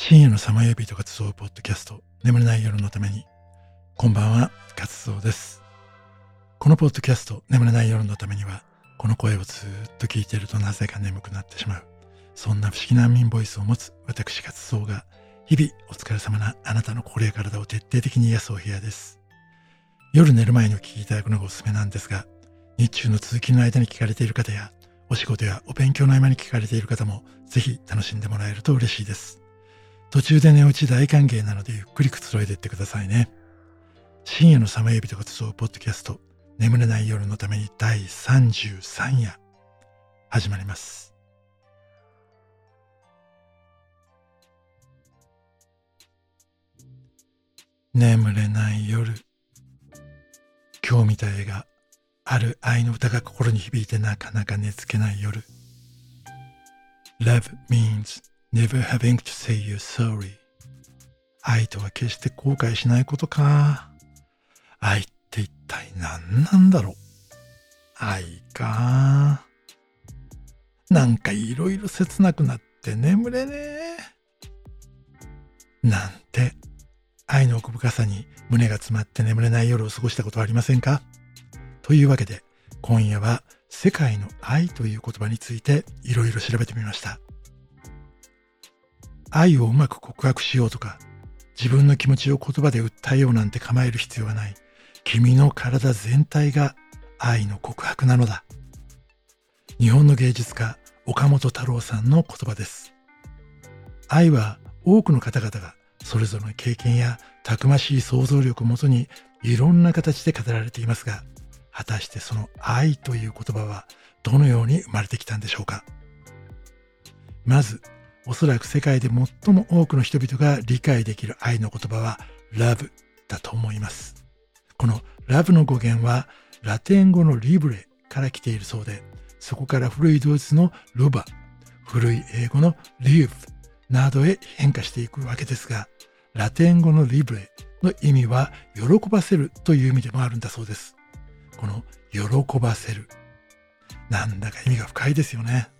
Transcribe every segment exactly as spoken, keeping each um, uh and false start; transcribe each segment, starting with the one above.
深夜のさまよい人活動ポッドキャスト、眠れない夜のために。こんばんは、活動です。このポッドキャスト、眠れない夜のためには、この声をずーっと聞いているとなぜか眠くなってしまう、そんな不思議な安眠ボイスを持つ私活動が、日々お疲れ様なあなたの心や体を徹底的に癒すお部屋です。夜寝る前にお聞きいただくのがおすすめなんですが、日中の通勤の間に聞かれている方や、お仕事やお勉強の合間に聞かれている方も、ぜひ楽しんでもらえると嬉しいです。途中で寝落ち大歓迎なのでゆっくりくつろいでいってくださいね。深夜のさまよい人活動ポッドキャスト、眠れない夜のためにだいさんじゅうさん夜、始まります。眠れない夜。今日見た映画、ある愛の歌が心に響いてなかなか寝つけない夜。Love means never having to say you're sorry. 愛とは決して後悔しないことか。愛って一体何なんだろう。愛か。なんかいろいろ切なくなって眠れねえ。なんて、愛の奥深さに胸が詰まって眠れない夜を過ごしたことはありませんか？というわけで、今夜は世界の愛という言葉についていろいろ調べてみました。愛をうまく告白しようとか、自分の気持ちを言葉で訴えようなんて構える必要はない。君の体全体が愛の告白なのだ。日本の芸術家、岡本太郎さんの言葉です。愛は多くの方々がそれぞれの経験やたくましい想像力をもとにいろんな形で語られていますが、果たしてその愛という言葉はどのように生まれてきたんでしょうか。まず、おそらく世界で最も多くの人々が理解できる愛の言葉は Love だと思います。この Love の語源はラテン語のリブレから来ているそうで、そこから古いドイツのルバ、古い英語の Live などへ変化していくわけですが、ラテン語のリブレの意味は喜ばせるという意味でもあるんだそうです。この喜ばせる。なんだか意味が深いですよね。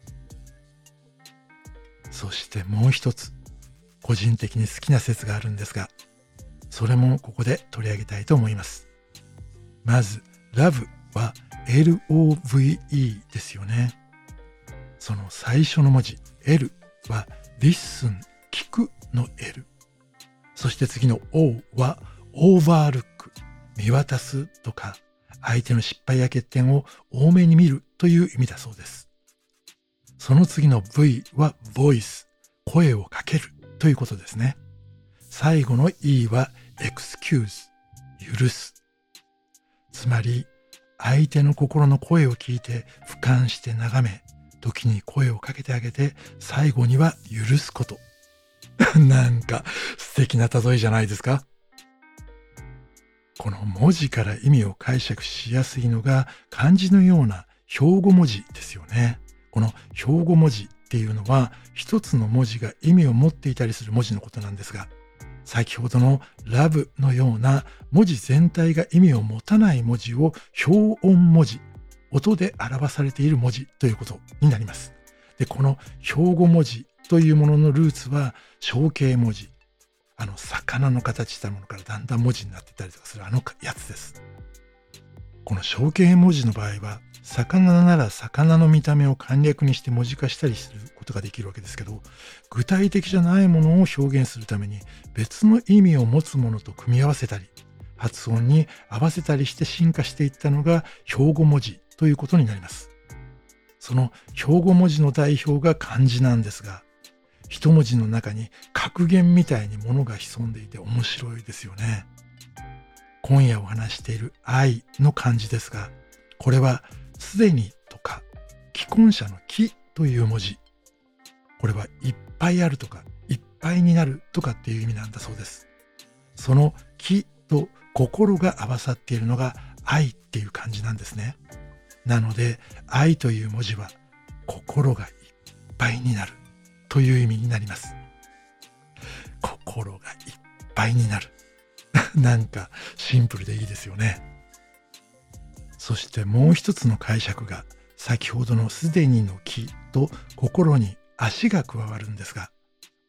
そしてもう一つ、個人的に好きな説があるんですが、それもここで取り上げたいと思います。まず、Love は エルオーブイイー ですよね。その最初の文字 L は Listen 聞くの L。そして次の O は Overlook 見渡すとか、相手の失敗や欠点を多めに見るという意味だそうです。その次の V は Voice 声をかけるということですね。最後の E は Excuse 許す。つまり相手の心の声を聞いて俯瞰して眺め、時に声をかけてあげて、最後には許すこと。なんか素敵な例えじゃないですか。この文字から意味を解釈しやすいのが漢字のような標語文字ですよね。この標語文字っていうのは一つの文字が意味を持っていたりする文字のことなんですが、先ほどの Love のような文字全体が意味を持たない文字を標音文字、音で表されている文字ということになります。で、この標語文字というもののルーツは象形文字。あの魚の形したものからだんだん文字になっていたりとかするあのやつです。この象形文字の場合は、魚なら魚の見た目を簡略にして文字化したりすることができるわけですけど、具体的じゃないものを表現するために別の意味を持つものと組み合わせたり、発音に合わせたりして進化していったのが標語文字ということになります。その標語文字の代表が漢字なんですが、一文字の中に格言みたいにものが潜んでいて面白いですよね。今夜お話している愛の漢字ですが、これはすでにとか既婚者の既という文字。これはいっぱいあるとかいっぱいになるとかっていう意味なんだそうです。その既と心が合わさっているのが愛っていう漢字なんですね。なので愛という文字は心がいっぱいになるという意味になります。心がいっぱいになる。なんかシンプルでいいですよね。そしてもう一つの解釈が、先ほどのすでにの気と心に足が加わるんですが、この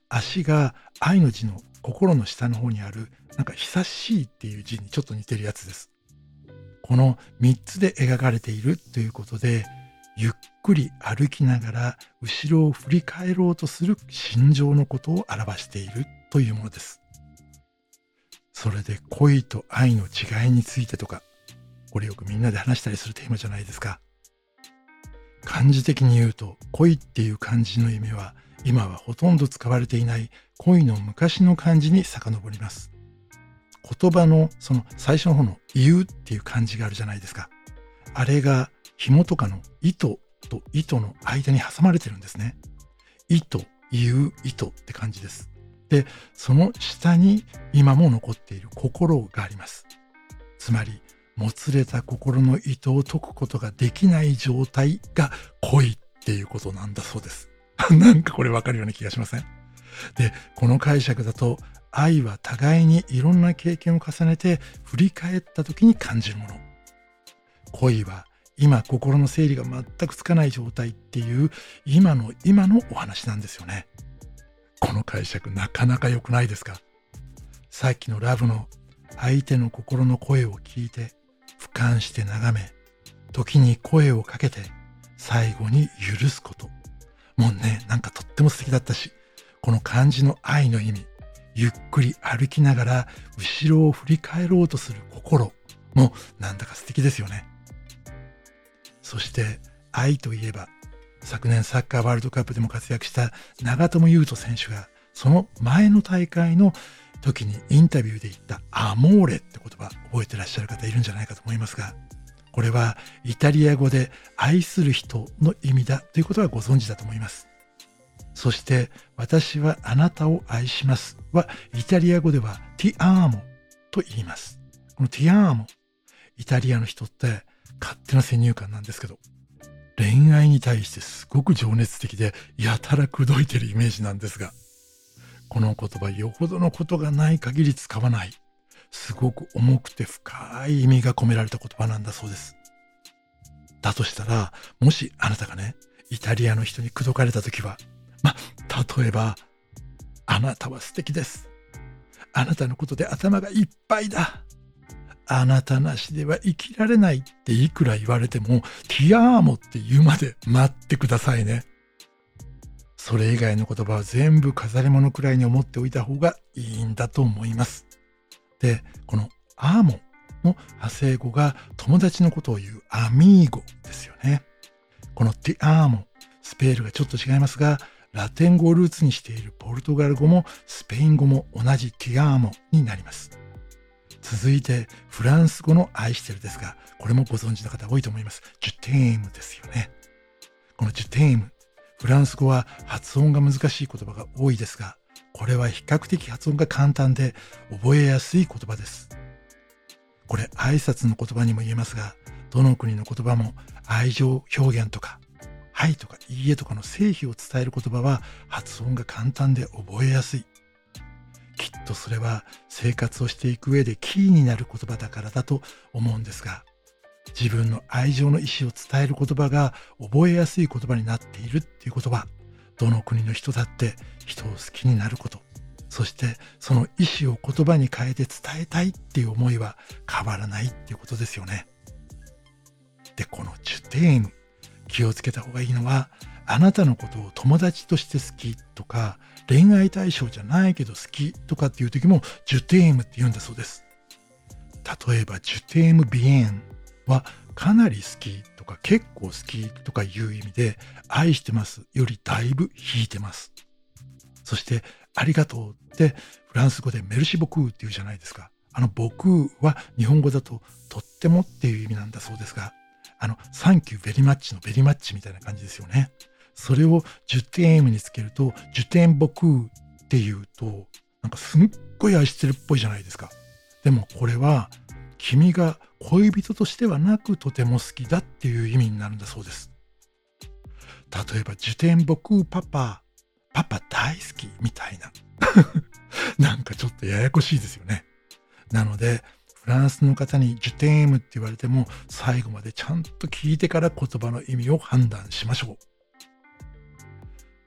足が愛の字の心の下の方にあるなんか久しいっていう字にちょっと似てるやつです。このみっつで描かれているということで、ゆっくり歩きながら後ろを振り返ろうとする心情のことを表しているというものです。それで恋と愛の違いについてとか、これよくみんなで話したりするテーマじゃないですか。漢字的に言うと、恋っていう漢字の意味は今はほとんど使われていない恋の昔の漢字に遡ります。言葉のその最初の方の言うっていう漢字があるじゃないですか。あれが紐とかの糸と糸の間に挟まれてるんですね。糸、言う、糸って感じです。で、その下に今も残っている心があります。つまり、もつれた心の糸を解くことができない状態が恋っていうことなんだそうです。なんかこれわかるような気がしません？で、この解釈だと、愛は互いにいろんな経験を重ねて振り返った時に感じるもの。恋は今心の整理が全くつかない状態っていう今の今のお話なんですよね。この解釈なかなか良くないですか？さっきのラブの相手の心の声を聞いて俯瞰して眺め、時に声をかけて最後に許すこと。もうね、なんかとっても素敵だったし、この漢字の愛の意味、ゆっくり歩きながら後ろを振り返ろうとする心もなんだか素敵ですよね。そして愛といえば、昨年サッカーワールドカップでも活躍した長友佑都選手がその前の大会の時にインタビューで言ったアモーレって言葉覚えてらっしゃる方いるんじゃないかと思いますが、これはイタリア語で愛する人の意味だということはご存知だと思います。そして私はあなたを愛しますはイタリア語ではティアーモと言います。このティアーモ、イタリアの人って勝手な先入観なんですけど、恋愛に対してすごく情熱的でやたら口説いてるイメージなんですが、この言葉よほどのことがない限り使わない、すごく重くて深い意味が込められた言葉なんだそうです。だとしたら、もしあなたがね、イタリアの人に口説かれたときは、ま、例えば、あなたは素敵です。あなたのことで頭がいっぱいだ。あなたなしでは生きられないっていくら言われても、ティアーモって言うまで待ってくださいね。それ以外の言葉は全部飾り物くらいに思っておいた方がいいんだと思います。で、このアーモの派生語が友達のことを言うアミーゴですよね。このティアーモ、スペルがちょっと違いますが、ラテン語をルーツにしているポルトガル語もスペイン語も同じティアーモになります。続いてフランス語の愛してるですが、これもご存知の方多いと思います。ジュテームですよね。このジュテーム、フランス語は発音が難しい言葉が多いですが、これは比較的発音が簡単で覚えやすい言葉です。これ挨拶の言葉にも言えますが、どの国の言葉も愛情表現とか、はいとかいいえとかの成否を伝える言葉は発音が簡単で覚えやすい。きっとそれは生活をしていく上でキーになる言葉だからだと思うんですが、自分の愛情の意思を伝える言葉が覚えやすい言葉になっているっていうことは、どの国の人だって人を好きになること、そしてその意思を言葉に変えて伝えたいっていう思いは変わらないっていうことですよね。で、このジュテーム、気をつけた方がいいのは、あなたのことを友達として好きとか、恋愛対象じゃないけど好きとかっていう時もジュテームって言うんだそうです。例えばジュテームビエンはかなり好きとか結構好きとかいう意味で、愛してますよりだいぶ引いてます。そしてありがとうってフランス語でメルシボクーっていうじゃないですか。あのボクーは日本語だととってもっていう意味なんだそうですが、あのサンキューベリマッチのベリマッチみたいな感じですよね。それをジュテームにつけるとジュテンボクーっていうとなんかすっごい愛してるっぽいじゃないですか。でもこれは君が恋人としてはなくとても好きだっていう意味になるんだそうです。例えばジュテンボクーパパ、パパ大好きみたいななんかちょっとややこしいですよね。なのでフランスの方にジュテームって言われても最後までちゃんと聞いてから言葉の意味を判断しましょう。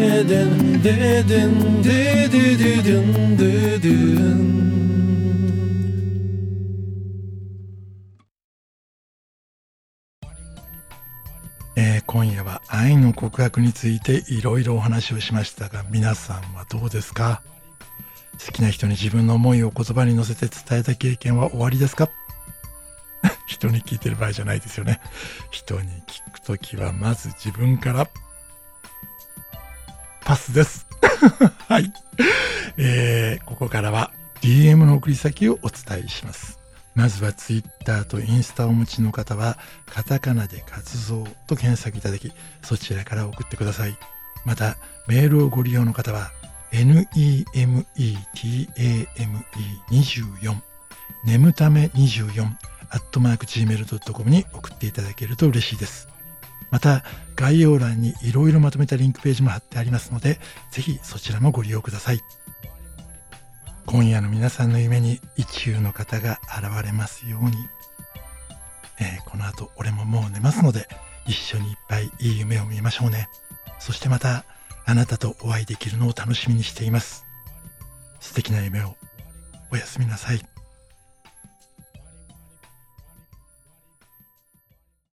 ででんででんででででんででん。 えー、今夜は愛の告白についていろいろお話をしましたが、皆さんはどうですか？好きな人に自分の思いを言葉に乗せて伝えた経験は終わりですか？人に聞いてる場合じゃないですよね。人に聞くときはまず自分からパスです。はい、えー、ここからは ディーエム の送り先をお伝えします。まずは Twitter とインスタをお持ちの方はカタカナで活動と検索いただき、そちらから送ってください。またメールをご利用の方は ネムタメにじゅうよん 眠ためにじゅうよん アットマーク ジーメールドットコム に送っていただけると嬉しいです。また概要欄にいろいろまとめたリンクページも貼ってありますので、ぜひそちらもご利用ください。今夜の皆さんの夢に一流の方が現れますように。えー、この後俺ももう寝ますので、一緒にいっぱいいい夢を見ましょうね。そしてまたあなたとお会いできるのを楽しみにしています。素敵な夢を。おやすみなさい。